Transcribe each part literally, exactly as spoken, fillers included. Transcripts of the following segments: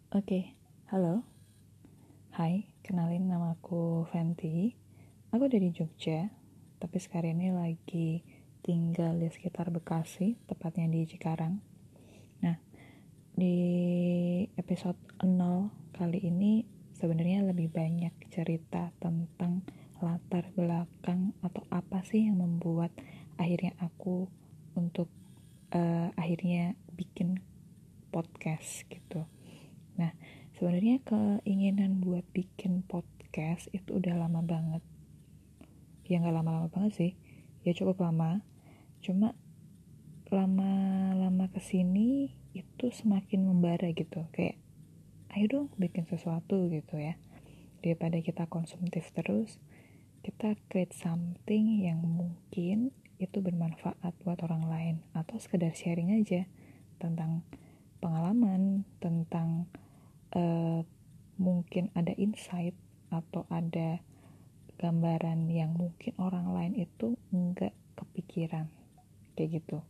Oke, halo. Hai, kenalin nama aku Fenty. Aku dari Jogja, tapi sekarang ini lagi tinggal di sekitar Bekasi, tepatnya di Cikarang. Nah, di episode nol kali ini sebenarnya lebih banyak cerita tentang latar belakang atau apa sih yang membuat akhirnya aku untuk uh, akhirnya bikin podcast gitu. Nah, sebenarnya keinginan buat bikin podcast itu udah lama banget. Ya nggak lama-lama banget sih, ya cukup lama. Cuma lama-lama kesini itu semakin membara gitu. Kayak, ayo dong bikin sesuatu gitu ya. Daripada kita konsumtif terus, kita create something yang mungkin itu bermanfaat buat orang lain. Atau sekedar sharing aja tentang pengalaman, tentang Uh, mungkin ada insight atau ada gambaran yang mungkin orang lain itu enggak kepikiran kayak gitu.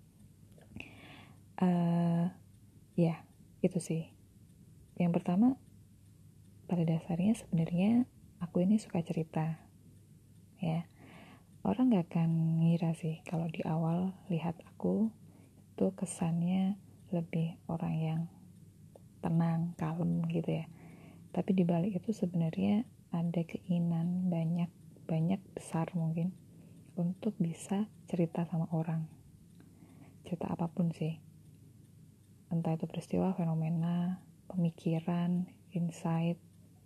Uh, ya itu sih. Yang pertama, pada dasarnya sebenarnya aku ini suka cerita, ya. Orang nggak akan ngira sih kalau di awal lihat aku itu kesannya lebih orang yang tenang, kalem gitu ya. Tapi di balik itu sebenarnya ada keinginan banyak, banyak besar mungkin untuk bisa cerita sama orang. Cerita apapun sih. Entah itu peristiwa, fenomena, pemikiran, insight,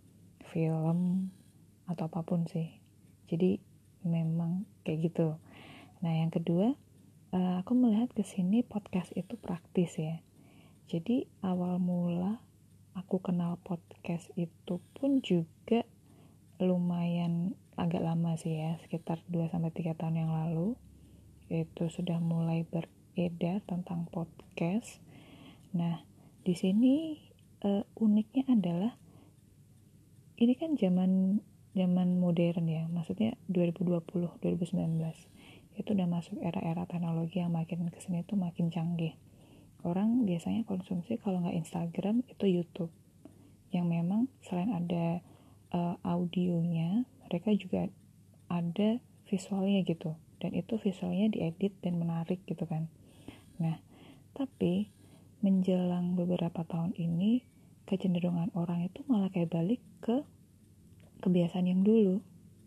film, atau apapun sih. Jadi memang kayak gitu. Nah yang kedua, aku melihat kesini podcast itu praktis ya. Jadi awal mula aku kenal podcast itu pun juga lumayan agak lama sih ya, sekitar dua sampai tiga tahun yang lalu. Itu sudah mulai beredar tentang podcast. Nah, di sini uh, uniknya adalah ini kan zaman zaman modern ya, maksudnya dua ribu dua puluh dua ribu sembilan belas. Itu udah masuk era-era teknologi yang makin kesini tuh makin canggih. Orang biasanya konsumsi kalau nggak Instagram itu YouTube, yang memang selain ada uh, audionya, mereka juga ada visualnya gitu, dan itu visualnya diedit dan menarik gitu kan. Nah, tapi menjelang beberapa tahun ini kecenderungan orang itu malah kayak balik ke kebiasaan yang dulu.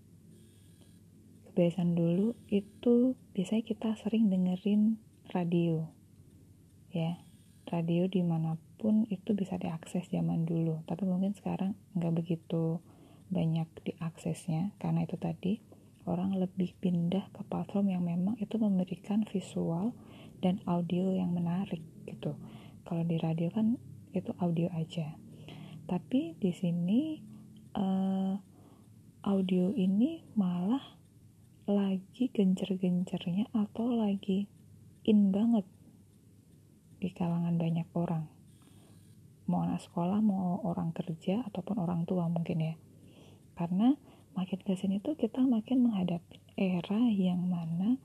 Kebiasaan dulu itu biasanya kita sering dengerin radio, ya. Radio dimanapun itu bisa diakses zaman dulu, tapi mungkin sekarang nggak begitu banyak diaksesnya, karena itu tadi orang lebih pindah ke platform yang memang itu memberikan visual dan audio yang menarik gitu. Kalau di radio kan itu audio aja, tapi di sini uh, audio ini malah lagi gencer-gencernya atau lagi in banget di kalangan banyak orang, mau anak sekolah, mau orang kerja, ataupun orang tua mungkin ya. Karena makin kesini tuh kita makin menghadapi era yang mana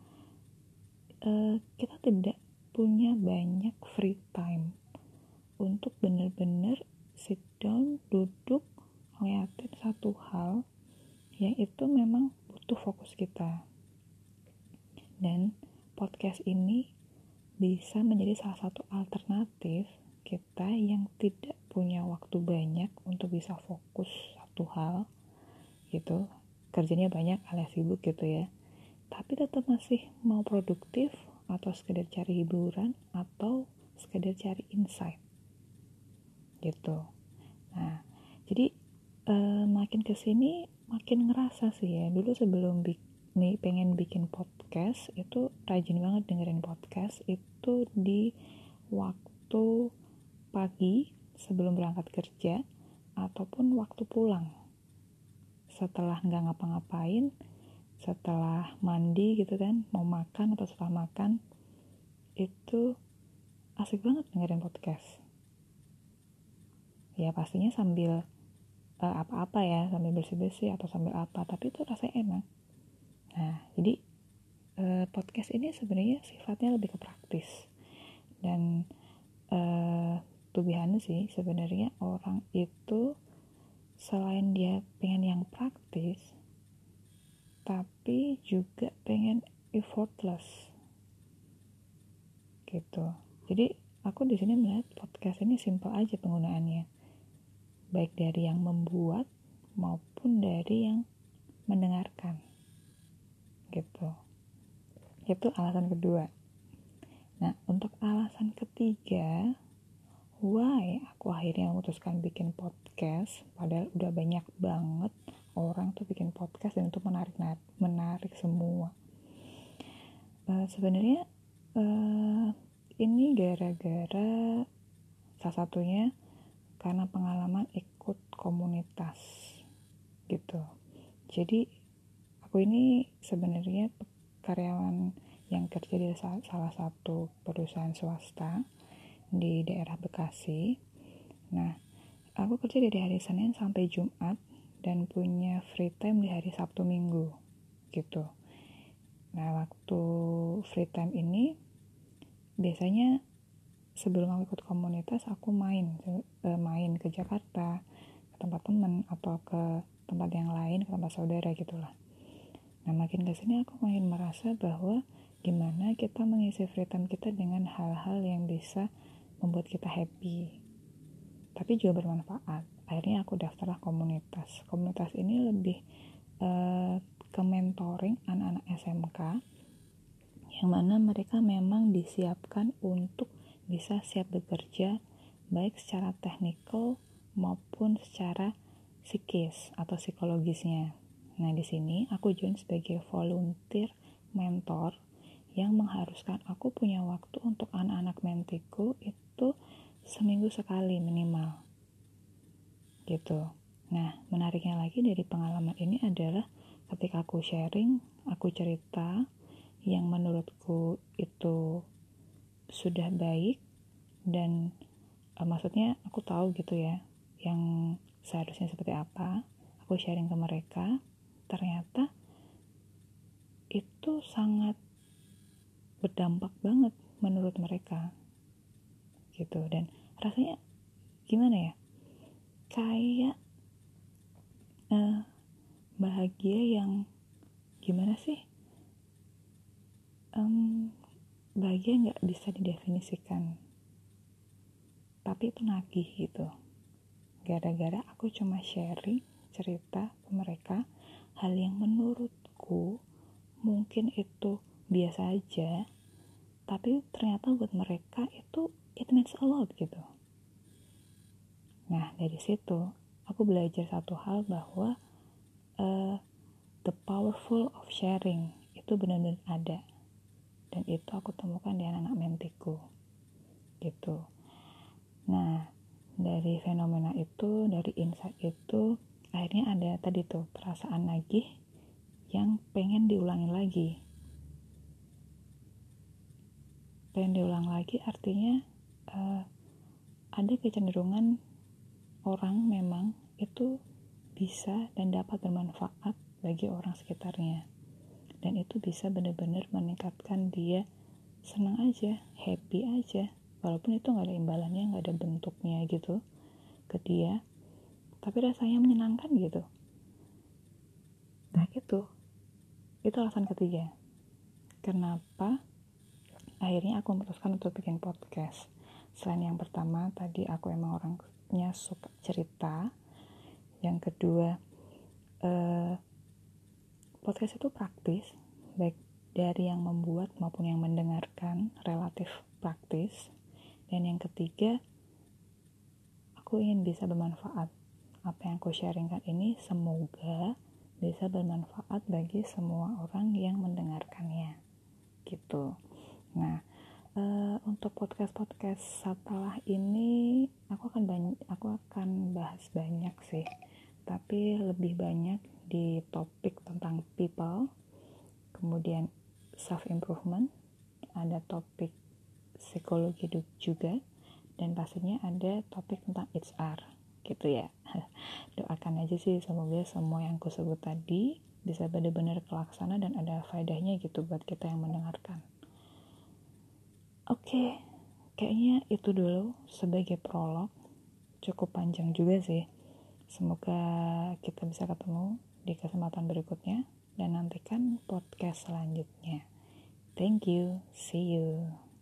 uh, kita tidak punya banyak free time untuk benar-benar sit down, duduk, ngeliatin satu hal yang itu memang butuh fokus kita. Dan podcast ini bisa menjadi salah satu alternatif kita yang tidak punya waktu banyak untuk bisa fokus satu hal gitu, kerjanya banyak alias sibuk gitu ya, tapi tetap masih mau produktif atau sekedar cari hiburan atau sekedar cari insight gitu. Nah jadi eh, makin kesini makin ngerasa sih ya, dulu sebelum bikin nih pengen bikin podcast itu rajin banget dengerin podcast itu di waktu pagi sebelum berangkat kerja ataupun waktu pulang setelah nggak ngapa-ngapain, setelah mandi gitu kan, mau makan atau setelah makan, itu asik banget dengerin podcast. Ya pastinya sambil uh, apa-apa ya, sambil bersih-bersih atau sambil apa, tapi itu rasanya enak. Nah, jadi uh, podcast ini sebenarnya sifatnya lebih ke praktis. Dan uh, to be honest sih, sebenarnya orang itu selain dia pengen yang praktis, tapi juga pengen effortless gitu. Jadi aku di sini melihat podcast ini simple aja penggunaannya, baik dari yang membuat maupun dari yang mendengarkan gitu. Itu alasan kedua. Nah, untuk alasan ketiga, why aku akhirnya memutuskan bikin podcast, padahal udah banyak banget orang tuh bikin podcast dan itu menarik menarik semua. Uh, sebenarnya uh, ini gara-gara salah satunya karena pengalaman ikut komunitas gitu. Jadi aku ini sebenarnya karyawan yang kerja di salah satu perusahaan swasta di daerah Bekasi. Nah, aku kerja dari hari Senin sampai Jumat dan punya free time di hari Sabtu Minggu gitu. Nah, waktu free time ini biasanya sebelum aku ikut komunitas aku main main ke Jakarta, ke tempat teman atau ke tempat yang lain, ke tempat saudara gitulah. Nah, makin kesini aku makin merasa bahwa gimana kita mengisi free time kita dengan hal-hal yang bisa membuat kita happy, tapi juga bermanfaat. Akhirnya aku daftarlah komunitas. Komunitas ini lebih uh, ke mentoring anak-anak S M K, yang mana mereka memang disiapkan untuk bisa siap bekerja, baik secara teknikal maupun secara psikis atau psikologisnya. Nah, di sini aku join sebagai volunteer mentor yang mengharuskan aku punya waktu untuk anak-anak mentiku itu seminggu sekali minimal. Gitu. Nah, menariknya lagi dari pengalaman ini adalah ketika aku sharing, aku cerita yang menurutku itu sudah baik dan uh, maksudnya aku tahu gitu ya yang seharusnya seperti apa, aku sharing ke mereka. Ternyata itu sangat berdampak banget menurut mereka gitu, dan rasanya gimana ya, kayak uh, bahagia yang gimana sih, um, bahagia nggak bisa didefinisikan, tapi itu nagih gitu, gara-gara aku cuma sharing cerita ke mereka hal yang menurutku mungkin itu biasa aja, tapi ternyata buat mereka itu it means a lot gitu. Nah, dari situ aku belajar satu hal bahwa uh, the powerful of sharing itu benar-benar ada, dan itu aku temukan di anak-anak mentiku gitu. Nah, dari fenomena itu, dari insight itu, akhirnya ada tadi tuh perasaan nagih yang pengen diulangi lagi. Pengen diulang lagi artinya uh, ada kecenderungan orang memang itu bisa dan dapat bermanfaat bagi orang sekitarnya, dan itu bisa benar-benar meningkatkan dia senang aja, happy aja, walaupun itu nggak ada imbalannya, nggak ada bentuknya gitu ke dia, tapi rasanya menyenangkan gitu. Nah, itu itu alasan ketiga kenapa akhirnya aku memutuskan untuk bikin podcast. Selain yang pertama tadi, aku emang orangnya suka cerita. Yang kedua, eh, podcast itu praktis, baik dari yang membuat maupun yang mendengarkan relatif praktis. Dan yang ketiga, aku ingin bisa bermanfaat. Apa yang aku sharingkan ini semoga bisa bermanfaat bagi semua orang yang mendengarkannya gitu. Nah, uh, untuk podcast-podcast setelah ini aku akan banyak, aku akan bahas banyak sih, tapi lebih banyak di topik tentang people, kemudian self improvement, ada topik psikologi juga, dan pastinya ada topik tentang H R gitu ya. Doakan aja sih semoga semua yang aku sebut tadi bisa benar-benar kelaksana dan ada faedahnya gitu buat kita yang mendengarkan. Oke, kayaknya itu dulu sebagai prolog. Cukup panjang juga sih. Semoga kita bisa ketemu di kesempatan berikutnya dan nantikan podcast selanjutnya. Thank you, see you.